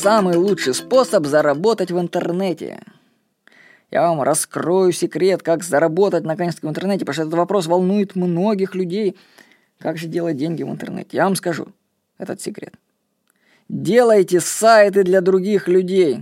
самый лучший способ заработать в интернете. Я вам раскрою секрет, как заработать наконец-то в интернете, потому что этот вопрос волнует многих людей. Как же делать деньги в интернете? Я вам скажу этот секрет. Делайте сайты для других людей.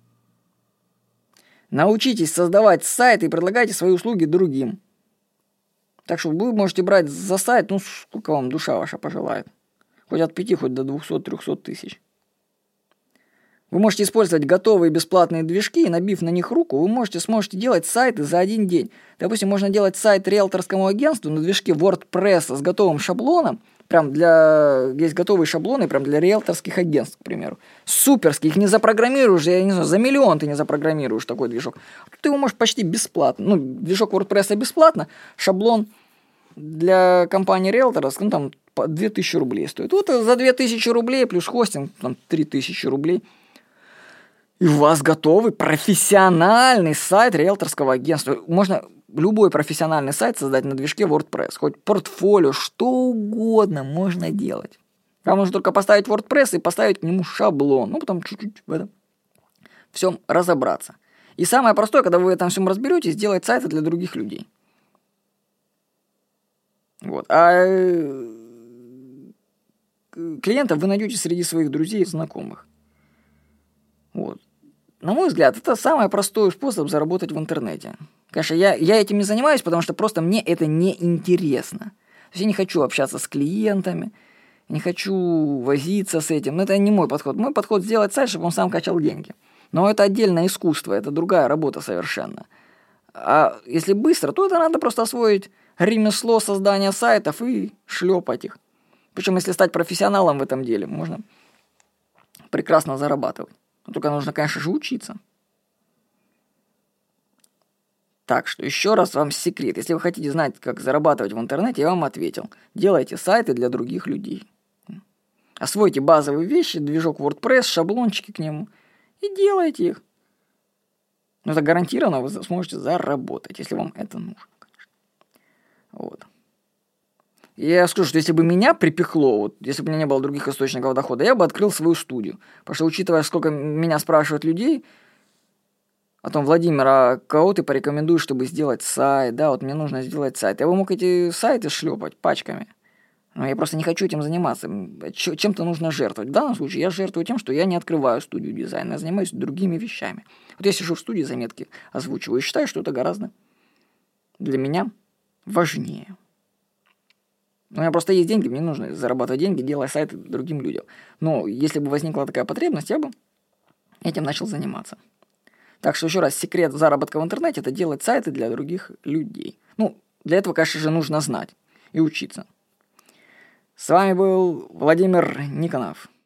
Научитесь создавать сайты и предлагайте свои услуги другим. Так что вы можете брать за сайт, сколько вам душа ваша пожелает. Хоть от 5, хоть до 200-300 тысяч. Вы можете использовать готовые бесплатные движки, и набив на них руку, вы сможете делать сайты за один день. Допустим, можно делать сайт риэлторскому агентству на движке WordPress с готовым шаблоном. Есть готовые шаблоны прям для риэлторских агентств, к примеру. Суперские, их не запрограммируешь, я не знаю, за миллион ты не запрограммируешь такой движок. Ты его можешь почти бесплатно. Движок WordPress бесплатно, шаблон для компании риэлтора, там 2000 рублей стоит. Вот за 2000 рублей плюс хостинг, там 3000 рублей. И у вас готовый профессиональный сайт риэлторского агентства. Можно любой профессиональный сайт создать на движке WordPress. Хоть портфолио, что угодно можно делать. Вам нужно только поставить WordPress и поставить к нему шаблон. Потом чуть-чуть в этом всем разобраться. И самое простое, когда вы в этом всем разберетесь, сделать сайты для других людей. А клиентов вы найдете среди своих друзей и знакомых. На мой взгляд, это самый простой способ заработать в интернете. Конечно, я этим не занимаюсь, потому что просто мне это не интересно. То есть я не хочу общаться с клиентами, не хочу возиться с этим. Это не мой подход. Мой подход сделать сайт, чтобы он сам качал деньги. Но это отдельное искусство, это другая работа совершенно. А если быстро, то это надо просто освоить ремесло создания сайтов и шлепать их. Причем, если стать профессионалом в этом деле, можно прекрасно зарабатывать. Только нужно, конечно же, учиться. Так что еще раз вам секрет. Если вы хотите знать, как зарабатывать в интернете, я вам ответил. Делайте сайты для других людей. Освойте базовые вещи, движок WordPress, шаблончики к нему. И делайте их. Но это гарантированно вы сможете заработать, если вам это нужно, конечно. Я скажу, что если бы меня припекло, если бы у меня не было других источников дохода, я бы открыл свою студию. Потому что, учитывая, сколько меня спрашивают людей о том, Владимир, а кого ты порекомендуешь, чтобы сделать сайт? Мне нужно сделать сайт. Я бы мог эти сайты шлепать пачками. Но я просто не хочу этим заниматься. Чем-то нужно жертвовать. В данном случае я жертвую тем, что я не открываю студию дизайна, я занимаюсь другими вещами. Я сижу в студии, заметки озвучиваю и считаю, что это гораздо для меня важнее. У меня просто есть деньги, мне нужно зарабатывать деньги, делая сайты другим людям. Но если бы возникла такая потребность, я бы этим начал заниматься. Так что еще раз, секрет заработка в интернете – это делать сайты для других людей. Для этого, конечно же, нужно знать и учиться. С вами был Владимир Никонов.